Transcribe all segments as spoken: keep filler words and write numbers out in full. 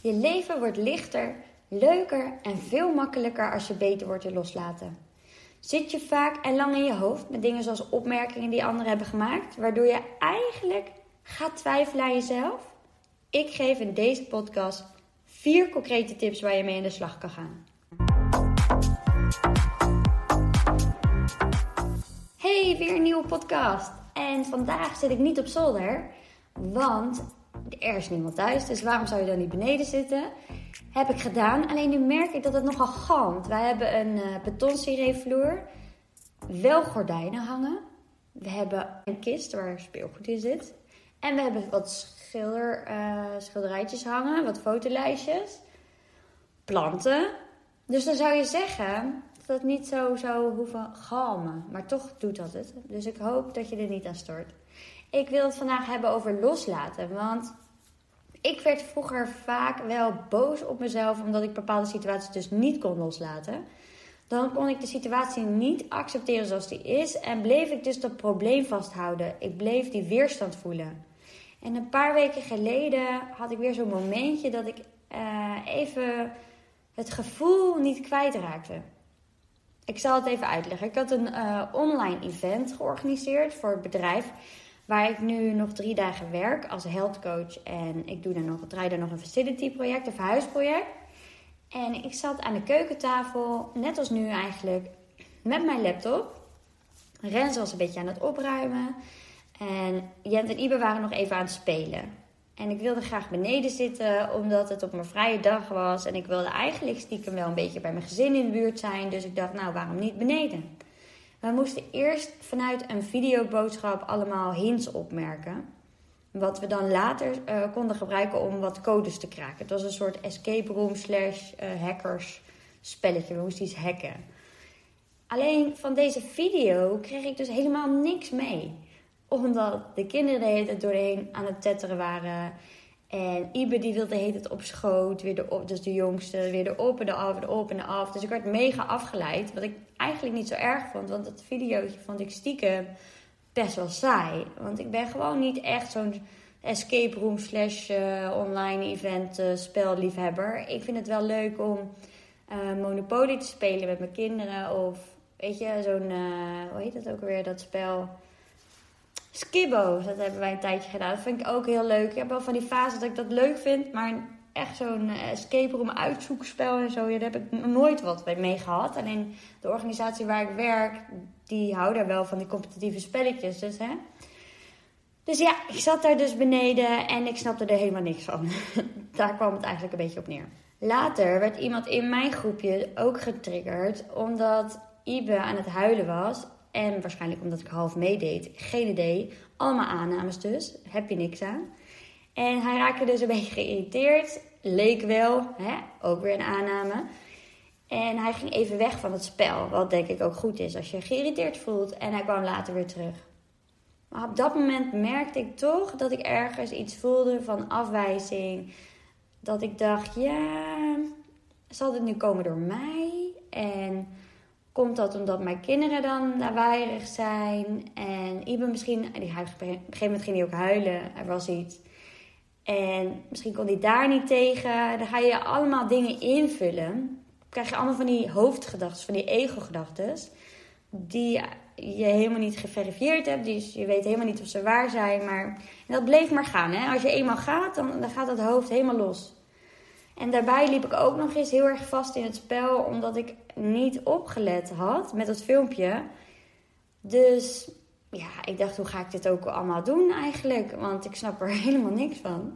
Je leven wordt lichter, leuker en veel makkelijker als je beter wordt in loslaten. Zit je vaak en lang in je hoofd met dingen zoals opmerkingen die anderen hebben gemaakt, waardoor je eigenlijk gaat twijfelen aan jezelf? Ik geef in deze podcast vier concrete tips waar je mee aan de slag kan gaan. Hey, weer een nieuwe podcast. En vandaag zit ik niet op zolder, want er is niemand thuis. Dus waarom zou je dan niet beneden zitten? Heb ik gedaan. Alleen nu merk ik dat het nogal galmt. Wij hebben een uh, betonsireevloer, wel gordijnen hangen. We hebben een kist waar speelgoed in zit. En we hebben wat schilder, uh, schilderijtjes hangen, wat fotolijstjes, planten. Dus dan zou je zeggen dat het niet zo zou hoeven galmen. Maar toch doet dat het. Dus ik hoop dat je er niet aan stoort. Ik wil het vandaag hebben over loslaten. Want ik werd vroeger vaak wel boos op mezelf omdat ik bepaalde situaties dus niet kon loslaten. Dan kon ik de situatie niet accepteren zoals die is. En bleef ik dus dat probleem vasthouden. Ik bleef die weerstand voelen. En een paar weken geleden had ik weer zo'n momentje dat ik uh, even het gevoel niet kwijtraakte. Ik zal het even uitleggen. Ik had een uh, online event georganiseerd voor het bedrijf, waar ik nu nog drie dagen werk als health coach. En ik doe daar nog, draai daar nog een facility project, een verhuisproject. En ik zat aan de keukentafel, net als nu eigenlijk, met mijn laptop. Rens was een beetje aan het opruimen. En Jent en Ibe waren nog even aan het spelen. En ik wilde graag beneden zitten, omdat het op mijn vrije dag was. En ik wilde eigenlijk stiekem wel een beetje bij mijn gezin in de buurt zijn. Dus ik dacht, nou, waarom niet beneden? We moesten eerst vanuit een videoboodschap allemaal hints opmerken. Wat we dan later uh, konden gebruiken om wat codes te kraken. Het was een soort escape room slash uh, hackers spelletje. We moesten iets hacken. Alleen van deze video kreeg ik dus helemaal niks mee. Omdat de kinderen de hele tijd doorheen aan het tetteren waren. En Ibe die wilde de hele tijd op schoot. Weer erop, dus de jongste. Weer erop en eraf en erop en eraf. Dus ik werd mega afgeleid. Wat ik eigenlijk niet zo erg vond. Want dat videootje vond ik stiekem best wel saai. Want ik ben gewoon niet echt zo'n escape room slash uh, online event uh, spelliefhebber. Ik vind het wel leuk om uh, Monopoly te spelen met mijn kinderen. Of weet je, zo'n, uh, hoe heet dat ook alweer, dat spel? Skibbo, dat hebben wij een tijdje gedaan. Dat vind ik ook heel leuk. Ik heb wel van die fase dat ik dat leuk vind. Maar echt zo'n escape room uitzoekspel en zo, ja, daar heb ik nooit wat mee gehad. Alleen de organisatie waar ik werk, die houden wel van die competitieve spelletjes. Dus, hè. dus ja, ik zat daar dus beneden en ik snapte er helemaal niks van. Daar kwam het eigenlijk een beetje op neer. Later werd iemand in mijn groepje ook getriggerd, omdat Ibe aan het huilen was. En waarschijnlijk omdat ik half meedeed. Geen idee. Allemaal aannames dus. Heb je niks aan. En hij raakte dus een beetje geïrriteerd. Leek wel. Hè? Ook weer een aanname. En hij ging even weg van het spel. Wat denk ik ook goed is als je geïrriteerd voelt. En hij kwam later weer terug. Maar op dat moment merkte ik toch dat ik ergens iets voelde van afwijzing. Dat ik dacht, ja, zal dit nu komen door mij? En komt dat omdat mijn kinderen dan lawaaiig zijn? En Ibe misschien, die, op een gegeven moment ging hij ook huilen. Er was iets. En misschien kon hij daar niet tegen. Dan ga je allemaal dingen invullen. Dan krijg je allemaal van die hoofdgedachten, van die ego-gedachten. Die je helemaal niet geverifieerd hebt. Dus je weet helemaal niet of ze waar zijn. Maar en dat bleef maar gaan. Hè? Als je eenmaal gaat, dan, dan gaat het hoofd helemaal los. En daarbij liep ik ook nog eens heel erg vast in het spel, omdat ik niet opgelet had met dat filmpje. Dus ja, ik dacht, hoe ga ik dit ook allemaal doen eigenlijk? Want ik snap er helemaal niks van.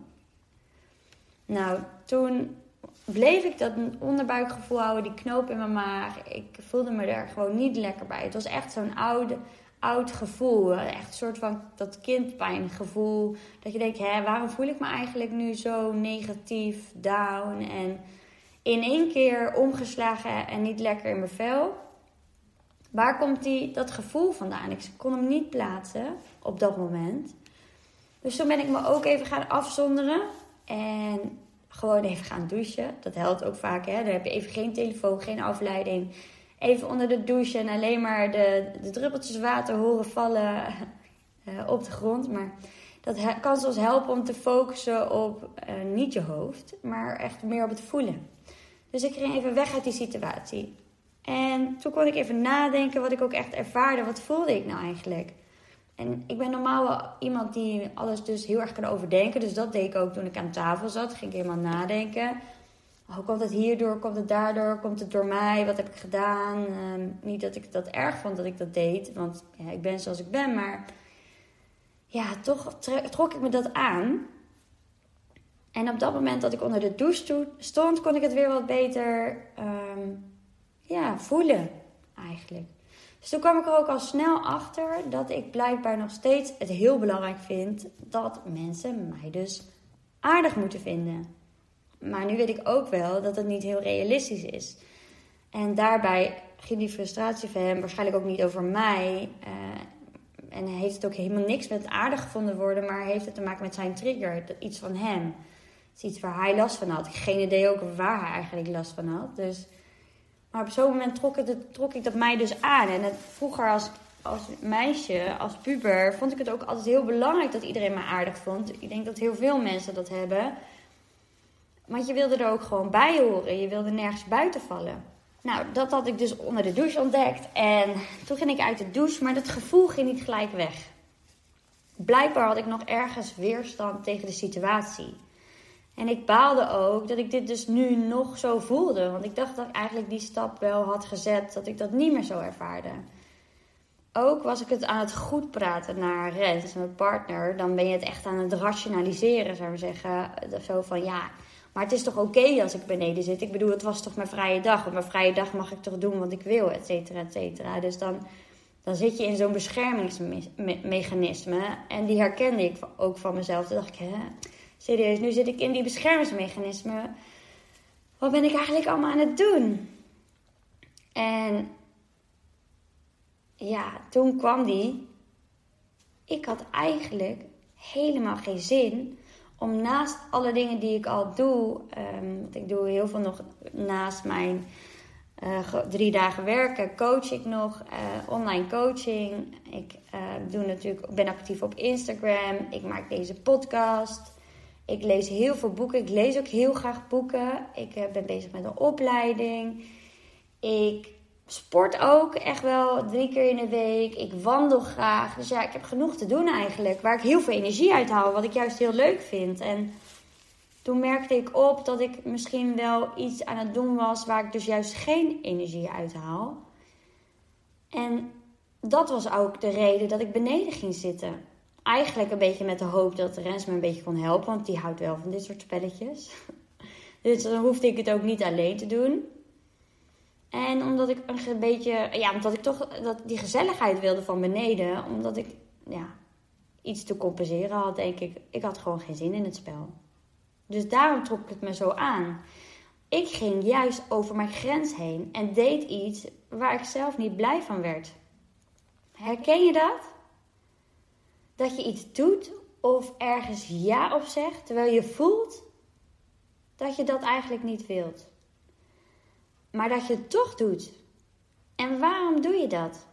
Nou, toen bleef ik dat onderbuikgevoel houden, die knoop in mijn maag. Ik voelde me er gewoon niet lekker bij. Het was echt zo'n oude, oud gevoel. Echt een soort van dat kindpijngevoel. Dat je denkt, hè, waarom voel ik me eigenlijk nu zo negatief, down? En in één keer omgeslagen en niet lekker in mijn vel. Waar komt die, dat gevoel vandaan? Ik kon hem niet plaatsen op dat moment. Dus toen ben ik me ook even gaan afzonderen. En gewoon even gaan douchen. Dat helpt ook vaak, hè. Dan heb je even geen telefoon, geen afleiding. Even onder de douche en alleen maar de, de druppeltjes water horen vallen uh, op de grond. Maar dat he- kan soms helpen om te focussen op uh, niet je hoofd, maar echt meer op het voelen. Dus ik ging even weg uit die situatie. En toen kon ik even nadenken wat ik ook echt ervaarde. Wat voelde ik nou eigenlijk? En ik ben normaal wel iemand die alles dus heel erg kan overdenken. Dus dat deed ik ook toen ik aan tafel zat. Ging ik helemaal nadenken. Oh, komt het hierdoor? Komt het daardoor? Komt het door mij? Wat heb ik gedaan? Uh, niet dat ik dat erg vond dat ik dat deed. Want ja, ik ben zoals ik ben. Maar ja, toch trok ik me dat aan. En op dat moment dat ik onder de douche stond, kon ik het weer wat beter um, ja, voelen eigenlijk. Dus toen kwam ik er ook al snel achter dat ik blijkbaar nog steeds het heel belangrijk vind dat mensen mij dus aardig moeten vinden. Maar nu weet ik ook wel dat het niet heel realistisch is. En daarbij ging die frustratie van hem waarschijnlijk ook niet over mij. Uh, en heeft het ook helemaal niks met aardig gevonden worden, maar heeft het te maken met zijn trigger, iets van hem. Het is iets waar hij last van had. Ik heb geen idee ook waar hij eigenlijk last van had. Dus, maar op zo'n moment trok, het, trok ik dat mij dus aan. En het, vroeger als, als meisje, als puber, vond ik het ook altijd heel belangrijk dat iedereen me aardig vond. Ik denk dat heel veel mensen dat hebben. Want je wilde er ook gewoon bij horen. Je wilde nergens buiten vallen. Nou, dat had ik dus onder de douche ontdekt. En toen ging ik uit de douche, maar dat gevoel ging niet gelijk weg. Blijkbaar had ik nog ergens weerstand tegen de situatie. En ik baalde ook dat ik dit dus nu nog zo voelde. Want ik dacht dat ik eigenlijk die stap wel had gezet, dat ik dat niet meer zo ervaarde. Ook was ik het aan het goed praten naar Rens, mijn partner. Dan ben je het echt aan het rationaliseren, zou ik zeggen. Zo van, ja, maar het is toch oké okay als ik beneden zit? Ik bedoel, het was toch mijn vrije dag. Op mijn vrije dag mag ik toch doen wat ik wil, et cetera, et cetera. Dus dan, dan zit je in zo'n beschermingsmechanisme. En die herkende ik ook van mezelf. Toen dacht ik, hè, serieus, nu zit ik in die beschermingsmechanisme. Wat ben ik eigenlijk allemaal aan het doen? En ja, toen kwam die. Ik had eigenlijk helemaal geen zin om naast alle dingen die ik al doe. Um, want ik doe heel veel nog naast mijn uh, drie dagen werken. Coach ik nog, uh, online coaching. Ik uh, doe natuurlijk, ben actief op Instagram. Ik maak deze podcast. Ik lees heel veel boeken. Ik lees ook heel graag boeken. Ik uh, ben bezig met een opleiding. Ik sport ook echt wel drie keer in de week. Ik wandel graag. Dus ja, ik heb genoeg te doen eigenlijk. Waar ik heel veel energie uit haal. Wat ik juist heel leuk vind. En toen merkte ik op dat ik misschien wel iets aan het doen was waar ik dus juist geen energie uit haal. En dat was ook de reden dat ik beneden ging zitten. Eigenlijk een beetje met de hoop dat Rens me een beetje kon helpen. Want die houdt wel van dit soort spelletjes. Dus dan hoefde ik het ook niet alleen te doen. En omdat ik een beetje, ja, omdat ik toch dat, die gezelligheid wilde van beneden. Omdat ik, ja, iets te compenseren had, denk ik. Ik had gewoon geen zin in het spel. Dus daarom trok ik het me zo aan. Ik ging juist over mijn grens heen en deed iets waar ik zelf niet blij van werd. Herken je dat? Dat je iets doet of ergens ja op zegt, terwijl je voelt dat je dat eigenlijk niet wilt. Maar dat je het toch doet. En waarom doe je dat?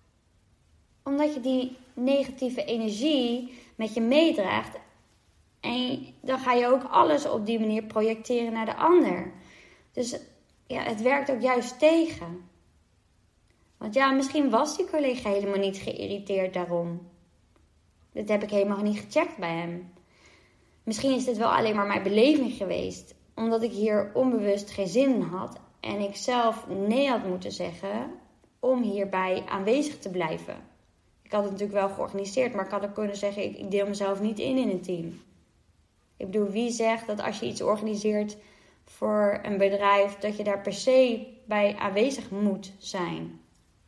Omdat je die negatieve energie met je meedraagt. En dan ga je ook alles op die manier projecteren naar de ander. Dus ja, het werkt ook juist tegen. Want ja, misschien was die collega helemaal niet geïrriteerd daarom. Dat heb ik helemaal niet gecheckt bij hem. Misschien is dit wel alleen maar mijn beleving geweest. Omdat ik hier onbewust geen zin in had. En ik zelf nee had moeten zeggen om hierbij aanwezig te blijven. Ik had het natuurlijk wel georganiseerd, maar ik had ook kunnen zeggen, ik, ik deel mezelf niet in in een team. Ik bedoel, wie zegt dat als je iets organiseert voor een bedrijf, dat je daar per se bij aanwezig moet zijn?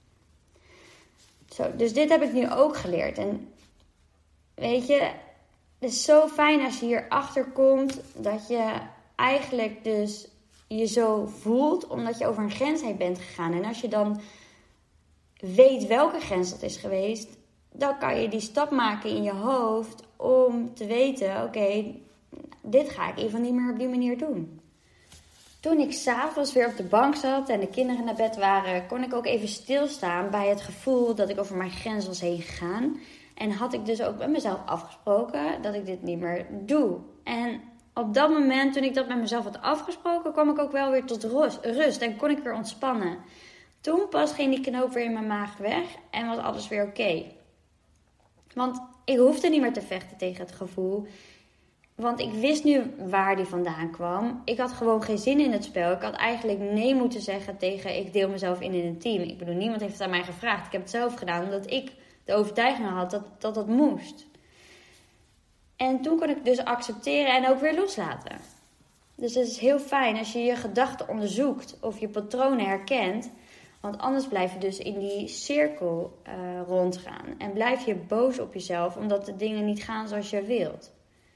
Zo, dus dit heb ik nu ook geleerd. En weet je, het is zo fijn als je hierachter komt dat je eigenlijk dus je zo voelt omdat je over een grens heen bent gegaan. En als je dan weet welke grens dat is geweest, dan kan je die stap maken in je hoofd om te weten, oké, okay, dit ga ik even niet meer op die manier doen. Toen ik 's avonds weer op de bank zat en de kinderen naar bed waren, kon ik ook even stilstaan bij het gevoel dat ik over mijn grens was heen gegaan. En had ik dus ook met mezelf afgesproken dat ik dit niet meer doe. En op dat moment, toen ik dat met mezelf had afgesproken, kwam ik ook wel weer tot rust en kon ik weer ontspannen. Toen pas ging die knoop weer in mijn maag weg en was alles weer oké. Okay. Want ik hoefde niet meer te vechten tegen het gevoel. Want ik wist nu waar die vandaan kwam. Ik had gewoon geen zin in het spel. Ik had eigenlijk nee moeten zeggen tegen ik deel mezelf in in een team. Ik bedoel, niemand heeft het aan mij gevraagd. Ik heb het zelf gedaan omdat ik de overtuiging had dat dat, dat moest. En toen kon ik dus accepteren en ook weer loslaten. Dus het is heel fijn als je je gedachten onderzoekt of je patronen herkent. Want anders blijf je dus in die cirkel uh, rondgaan. En blijf je boos op jezelf omdat de dingen niet gaan zoals je wilt.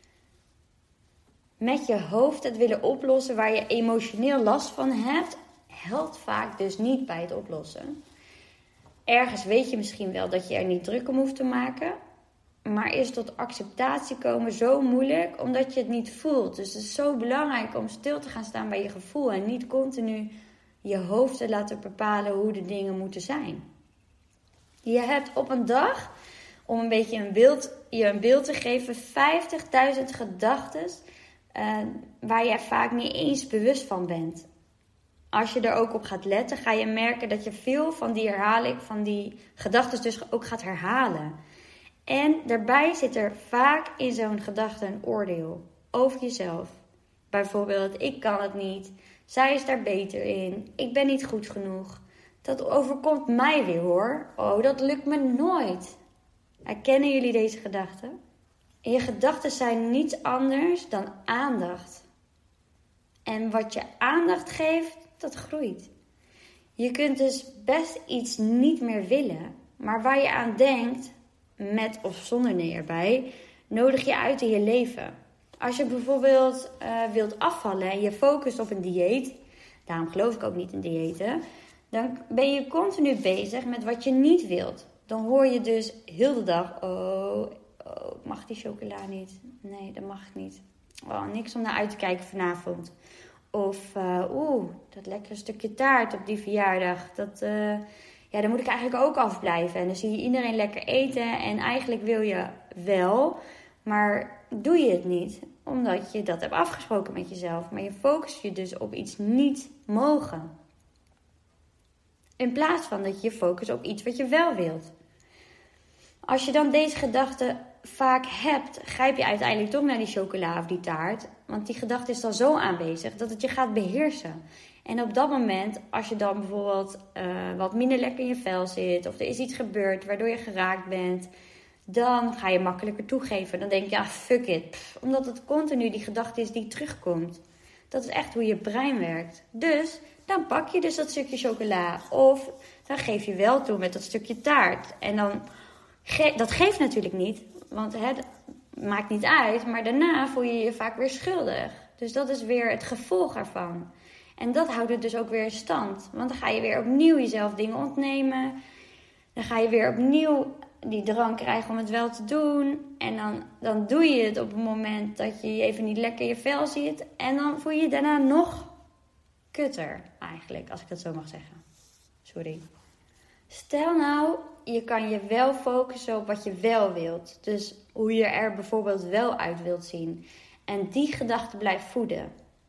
Met je hoofd het willen oplossen waar je emotioneel last van hebt, helpt vaak dus niet bij het oplossen. Ergens weet je misschien wel dat je er niet druk om hoeft te maken. Maar is tot acceptatie komen zo moeilijk omdat je het niet voelt. Dus het is zo belangrijk om stil te gaan staan bij je gevoel. En niet continu je hoofd te laten bepalen hoe de dingen moeten zijn. Je hebt op een dag, om een beetje een beeld, je een beeld te geven, vijftigduizend gedachten uh, waar je vaak niet eens bewust van bent. Als je er ook op gaat letten, ga je merken dat je veel van die herhaling, van die gedachten dus ook gaat herhalen. En daarbij zit er vaak in zo'n gedachte een oordeel over jezelf. Bijvoorbeeld, ik kan het niet, zij is daar beter in, ik ben niet goed genoeg. Dat overkomt mij weer hoor, oh dat lukt me nooit. Herkennen jullie deze gedachten? En je gedachten zijn niets anders dan aandacht. En wat je aandacht geeft, dat groeit. Je kunt dus best iets niet meer willen, maar waar je aan denkt, met of zonder nee erbij, nodig je uit in je leven. Als je bijvoorbeeld uh, wilt afvallen en je focust op een dieet, daarom geloof ik ook niet in diëten, dan ben je continu bezig met wat je niet wilt. Dan hoor je dus heel de dag, oh, oh ik mag die chocola niet. Nee, dat mag ik niet. Oh, niks om naar uit te kijken vanavond. Of, uh, oeh, dat lekkere stukje taart op die verjaardag, dat... Uh, Ja, dan moet ik eigenlijk ook afblijven. En dan zie je iedereen lekker eten. En eigenlijk wil je wel, maar doe je het niet. Omdat je dat hebt afgesproken met jezelf. Maar je focust je dus op iets niet mogen. In plaats van dat je je focust op iets wat je wel wilt. Als je dan deze gedachte vaak hebt, grijp je uiteindelijk toch naar die chocola of die taart. Want die gedachte is dan zo aanwezig dat het je gaat beheersen. En op dat moment, als je dan bijvoorbeeld uh, wat minder lekker in je vel zit, of er is iets gebeurd waardoor je geraakt bent, dan ga je makkelijker toegeven. Dan denk je, ja, fuck it. Pff, omdat het continu die gedachte is die terugkomt. Dat is echt hoe je brein werkt. Dus dan pak je dus dat stukje chocola. Of dan geef je wel toe met dat stukje taart. En dan, ge- dat geeft natuurlijk niet, want het maakt niet uit. Maar daarna voel je je vaak weer schuldig. Dus dat is weer het gevolg ervan. En dat houdt het dus ook weer in stand. Want dan ga je weer opnieuw jezelf dingen ontnemen. Dan ga je weer opnieuw die drang krijgen om het wel te doen. En dan, dan doe je het op het moment dat je even niet lekker in je vel zit. En dan voel je je daarna nog kutter eigenlijk, als ik dat zo mag zeggen. Sorry. Stel nou, je kan je wel focussen op wat je wel wilt. Dus hoe je er bijvoorbeeld wel uit wilt zien. En die gedachte blijft voeden.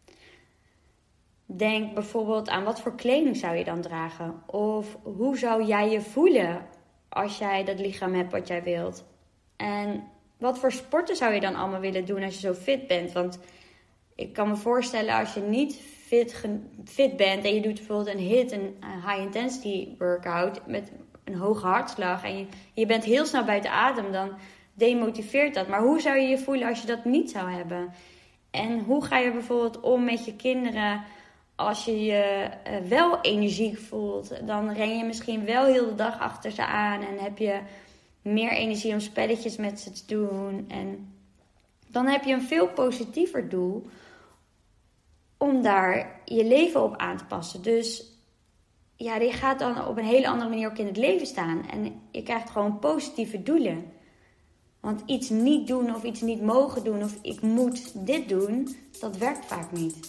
Denk bijvoorbeeld aan wat voor kleding zou je dan dragen? Of hoe zou jij je voelen als jij dat lichaam hebt wat jij wilt? En wat voor sporten zou je dan allemaal willen doen als je zo fit bent? Want ik kan me voorstellen als je niet fit, fit bent en je doet bijvoorbeeld een hit, een high intensity workout met een hoge hartslag en je, je bent heel snel buiten adem, dan demotiveert dat. Maar hoe zou je je voelen als je dat niet zou hebben? En hoe ga je bijvoorbeeld om met je kinderen als je je uh, wel energiek voelt? Dan ren je misschien wel heel de dag achter ze aan en heb je meer energie om spelletjes met ze te doen. En dan heb je een veel positiever doel om daar je leven op aan te passen. Dus ja, je gaat dan op een hele andere manier ook in het leven staan. En je krijgt gewoon positieve doelen. Want iets niet doen of iets niet mogen doen of ik moet dit doen, dat werkt vaak niet.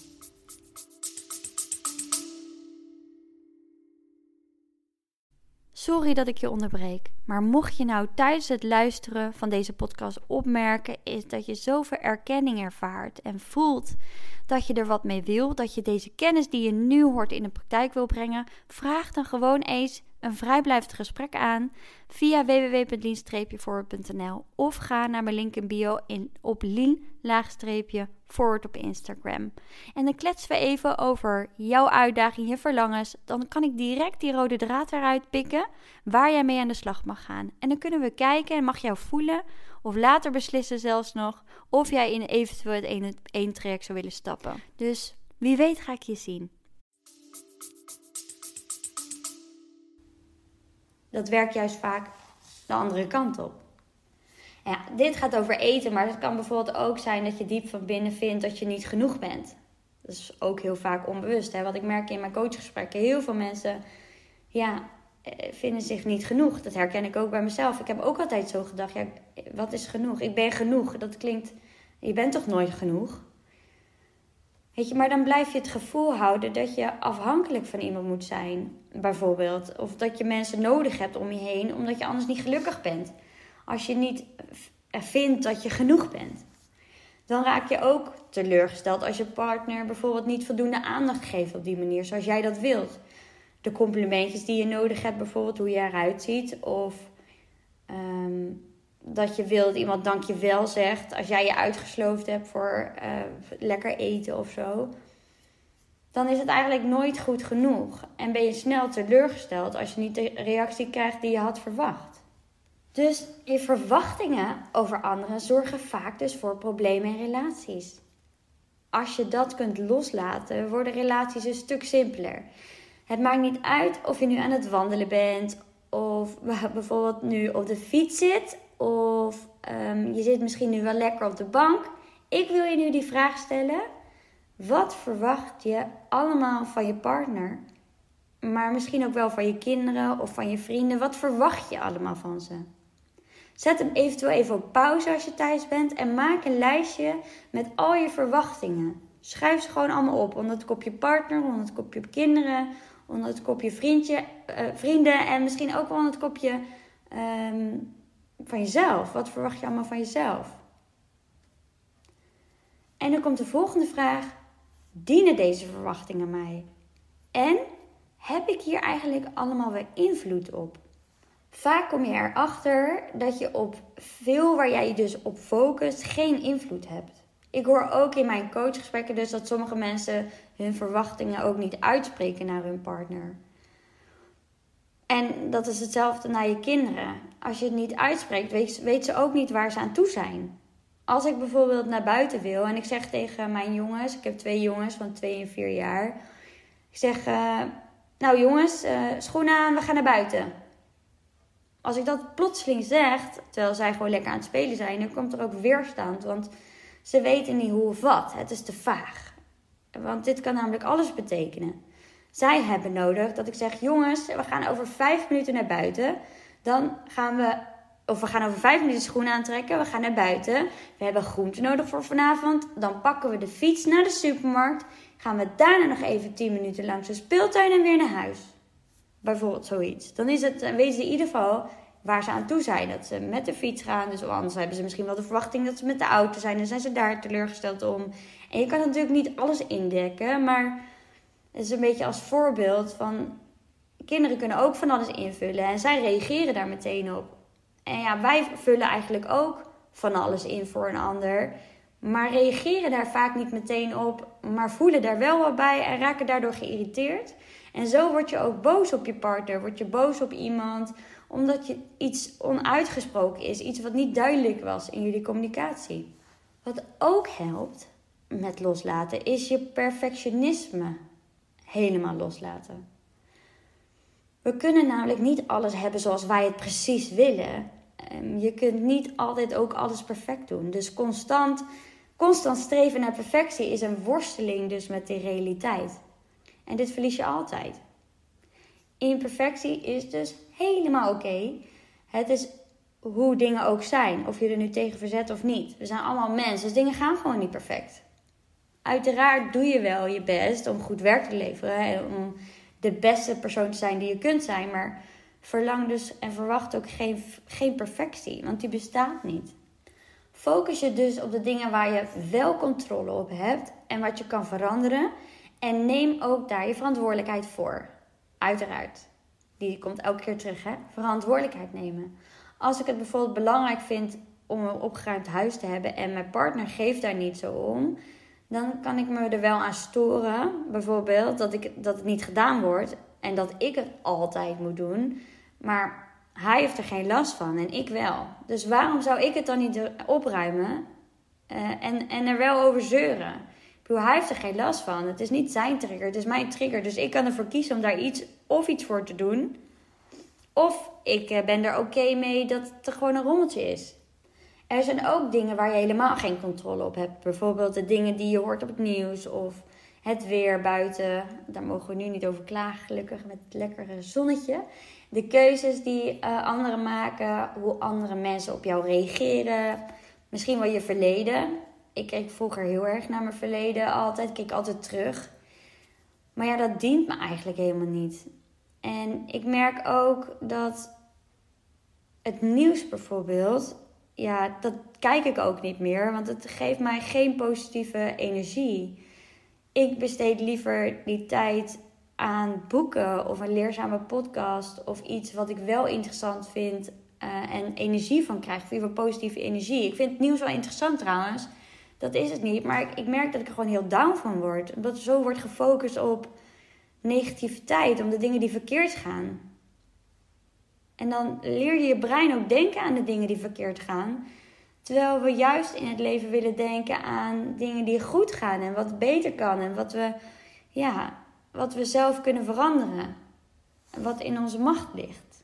sorry dat ik je onderbreek. Maar mocht je nou tijdens het luisteren van deze podcast opmerken, is dat je zoveel erkenning ervaart en voelt dat je er wat mee wil, dat je deze kennis die je nu hoort in de praktijk wil brengen, vraag dan gewoon eens een vrijblijvend gesprek aan via w w w punt lien forward punt n l of ga naar mijn link in bio in, op lien-forward op Instagram. En dan kletsen we even over jouw uitdaging, je verlangens. Dan kan ik direct die rode draad eruit pikken waar jij mee aan de slag mag gaan. En dan kunnen we kijken en mag jou voelen of later beslissen zelfs nog of jij in eventueel het één, één traject zou willen stappen. Dus wie weet ga ik je zien. Dat werkt juist vaak de andere kant op. Ja, dit gaat over eten, maar het kan bijvoorbeeld ook zijn dat je diep van binnen vindt dat je niet genoeg bent. Dat is ook heel vaak onbewust. Hè? Wat ik merk in mijn coachgesprekken, heel veel mensen ja, vinden zich niet genoeg. Dat herken ik ook bij mezelf. Ik heb ook altijd zo gedacht, ja, wat is genoeg? Ik ben genoeg. Dat klinkt, je bent toch nooit genoeg? Weet je, maar dan blijf je het gevoel houden dat je afhankelijk van iemand moet zijn, bijvoorbeeld. Of dat je mensen nodig hebt om je heen, omdat je anders niet gelukkig bent. Als je niet vindt dat je genoeg bent. Dan raak je ook teleurgesteld als je partner bijvoorbeeld niet voldoende aandacht geeft op die manier, zoals jij dat wilt. De complimentjes die je nodig hebt, bijvoorbeeld hoe je eruit ziet. Of um, dat je wilt dat iemand dankjewel zegt als jij je uitgesloofd hebt voor uh, lekker eten of zo. Dan is het eigenlijk nooit goed genoeg. En ben je snel teleurgesteld als je niet de reactie krijgt die je had verwacht. Dus je verwachtingen over anderen zorgen vaak dus voor problemen in relaties. Als je dat kunt loslaten, worden relaties een stuk simpeler. Het maakt niet uit of je nu aan het wandelen bent, of bijvoorbeeld nu op de fiets zit, of um, je zit misschien nu wel lekker op de bank. Ik wil je nu die vraag stellen. Wat verwacht je allemaal van je partner? Maar misschien ook wel van je kinderen of van je vrienden. Wat verwacht je allemaal van ze? Zet hem eventueel even op pauze als je thuis bent en maak een lijstje met al je verwachtingen. Schrijf ze gewoon allemaal op. Onder het kopje partner, onder het kopje kinderen, onder het kopje vriendje, uh, vrienden en misschien ook wel onder het kopje um, van jezelf. Wat verwacht je allemaal van jezelf? En dan komt de volgende vraag. Dienen deze verwachtingen mij? En heb ik hier eigenlijk allemaal wel invloed op? Vaak kom je erachter dat je op veel waar jij je dus op focust geen invloed hebt. Ik hoor ook in mijn coachgesprekken dus dat sommige mensen hun verwachtingen ook niet uitspreken naar hun partner. En dat is hetzelfde naar je kinderen. Als je het niet uitspreekt, weet, weet ze ook niet waar ze aan toe zijn. Als ik bijvoorbeeld naar buiten wil en ik zeg tegen mijn jongens, ik heb twee jongens van twee en vier jaar. Ik zeg, uh, nou jongens, uh, schoenen aan, we gaan naar buiten. Als ik dat plotseling zeg, terwijl zij gewoon lekker aan het spelen zijn, dan komt er ook weerstand. Want ze weten niet hoe of wat. Het is te vaag. Want dit kan namelijk alles betekenen. Zij hebben nodig dat ik zeg, jongens, we gaan over vijf minuten naar buiten. Dan gaan we, of we gaan over vijf minuten schoenen aantrekken. We gaan naar buiten. We hebben groenten nodig voor vanavond. Dan pakken we de fiets naar de supermarkt. Gaan we daarna nog even tien minuten langs de speeltuin en weer naar huis. Bijvoorbeeld zoiets. Dan is het, weten ze in ieder geval waar ze aan toe zijn. Dat ze met de fiets gaan. Dus anders hebben ze misschien wel de verwachting dat ze met de auto zijn. Dan zijn ze daar teleurgesteld om. En je kan natuurlijk niet alles indekken. Maar het is een beetje als voorbeeld van kinderen kunnen ook van alles invullen. En zij reageren daar meteen op. En ja, wij vullen eigenlijk ook van alles in voor een ander. Maar reageren daar vaak niet meteen op. Maar voelen daar wel wat bij en raken daardoor geïrriteerd. En zo word je ook boos op je partner. Word je boos op iemand omdat je iets onuitgesproken is. Iets wat niet duidelijk was in jullie communicatie. Wat ook helpt met loslaten is je perfectionisme helemaal loslaten. We kunnen namelijk niet alles hebben zoals wij het precies willen. Je kunt niet altijd ook alles perfect doen. Dus constant, constant streven naar perfectie is een worsteling dus met de realiteit. En dit verlies je altijd. Imperfectie is dus helemaal oké. Okay. Het is hoe dingen ook zijn. Of je er nu tegen verzet of niet. We zijn allemaal mensen, dus dingen gaan gewoon niet perfect. Uiteraard doe je wel je best om goed werk te leveren. En om de beste persoon te zijn die je kunt zijn. Maar Verlang dus en verwacht ook geen, geen perfectie, want die bestaat niet. Focus je dus op de dingen waar je wel controle op hebt en wat je kan veranderen. En neem ook daar je verantwoordelijkheid voor. Uiteraard. Die komt elke keer terug, hè? Verantwoordelijkheid nemen. Als ik het bijvoorbeeld belangrijk vind om een opgeruimd huis te hebben en mijn partner geeft daar niet zo om, dan kan ik me er wel aan storen. Bijvoorbeeld dat, ik, dat het niet gedaan wordt en dat ik het altijd moet doen. Maar hij heeft er geen last van en ik wel. Dus waarom zou ik het dan niet opruimen uh, en, en er wel over zeuren? Ik bedoel, hij heeft er geen last van. Het is niet zijn trigger, het is mijn trigger. Dus ik kan ervoor kiezen om daar iets of iets voor te doen. Of ik uh, ben er oké okay mee dat het er gewoon een rommeltje is. Er zijn ook dingen waar je helemaal geen controle op hebt. Bijvoorbeeld de dingen die je hoort op het nieuws of het weer buiten. Daar mogen we nu niet over klagen, gelukkig met het lekkere zonnetje. De keuzes die uh, anderen maken, hoe andere mensen op jou reageren. Misschien wel je verleden. Ik keek vroeger heel erg naar mijn verleden altijd. Ik keek altijd terug. Maar ja, dat dient me eigenlijk helemaal niet. En ik merk ook dat het nieuws bijvoorbeeld, ja, dat kijk ik ook niet meer. Want het geeft mij geen positieve energie. Ik besteed liever die tijd aan boeken of een leerzame podcast of iets wat ik wel interessant vind uh, en energie van krijg. Of even positieve energie. Ik vind het nieuws wel interessant trouwens. Dat is het niet. Maar ik, ik merk dat ik er gewoon heel down van word. Omdat er zo wordt gefocust op negativiteit. Om de dingen die verkeerd gaan. En dan leer je je brein ook denken aan de dingen die verkeerd gaan. Terwijl we juist in het leven willen denken aan dingen die goed gaan. En wat beter kan. En wat we, ja, wat we zelf kunnen veranderen. En wat in onze macht ligt.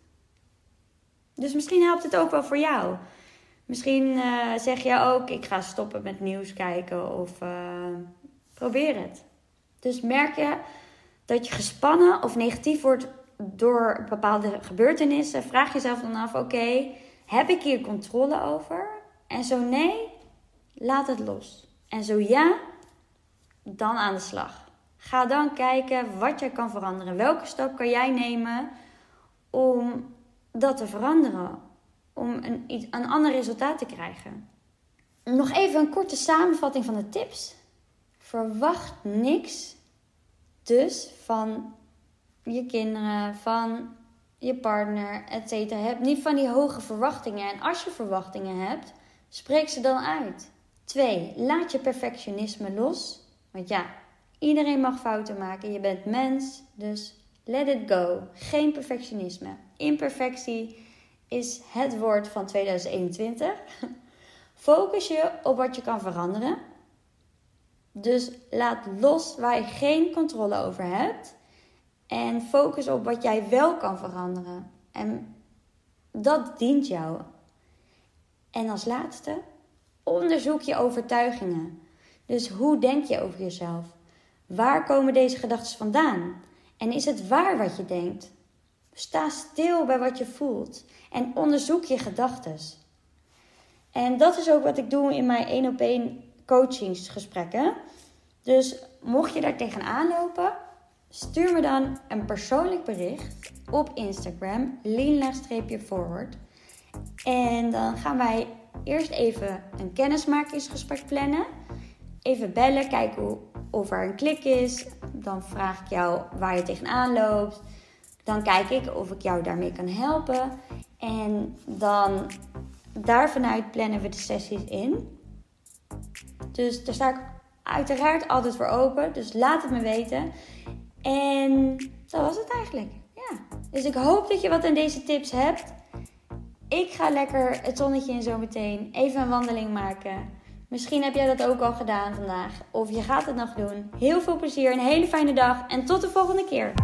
Dus misschien helpt het ook wel voor jou. Misschien uh, zeg je ook, ik ga stoppen met nieuws kijken of uh, probeer het. Dus merk je dat je gespannen of negatief wordt door bepaalde gebeurtenissen. Vraag jezelf dan af, oké, okay, heb ik hier controle over? En zo nee, laat het los. En zo ja, dan aan de slag. Ga dan kijken wat jij kan veranderen. Welke stap kan jij nemen om dat te veranderen? Om een, een ander resultaat te krijgen. Nog even een korte samenvatting van de tips. Verwacht niks dus van je kinderen, van je partner, et cetera. Heb niet van die hoge verwachtingen. En als je verwachtingen hebt, spreek ze dan uit. Twee, laat je perfectionisme los. Want ja, iedereen mag fouten maken. Je bent mens, dus let it go. Geen perfectionisme. Imperfectie is het woord van tweeduizend eenentwintig. Focus je op wat je kan veranderen. Dus laat los waar je geen controle over hebt. En focus op wat jij wel kan veranderen. En dat dient jou. En als laatste, onderzoek je overtuigingen. Dus hoe denk je over jezelf? Waar komen deze gedachten vandaan? En is het waar wat je denkt? Sta stil bij wat je voelt. En onderzoek je gedachten. En dat is ook wat ik doe in mijn één op één coachingsgesprekken. Dus mocht je daar tegenaan lopen, stuur me dan een persoonlijk bericht op Instagram, lean forward. En dan gaan wij eerst even een kennismakingsgesprek plannen. Even bellen, kijken hoe, of er een klik is. Dan vraag ik jou waar je tegenaan loopt. Dan kijk ik of ik jou daarmee kan helpen. En dan daarvanuit plannen we de sessies in. Dus daar sta ik uiteraard altijd voor open. Dus laat het me weten. En dat was het eigenlijk. Ja. Dus ik hoop dat je wat aan deze tips hebt. Ik ga lekker het zonnetje in zo meteen even een wandeling maken. Misschien heb jij dat ook al gedaan vandaag. Of je gaat het nog doen. Heel veel plezier, een hele fijne dag. En tot de volgende keer.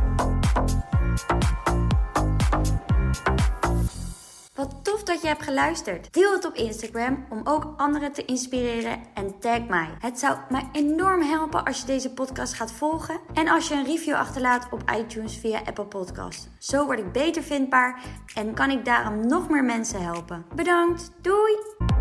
Wat tof dat je hebt geluisterd. Deel het op Instagram om ook anderen te inspireren en tag mij. Het zou mij enorm helpen als je deze podcast gaat volgen. En als je een review achterlaat op iTunes via Apple Podcasts. Zo word ik beter vindbaar en kan ik daarom nog meer mensen helpen. Bedankt, doei!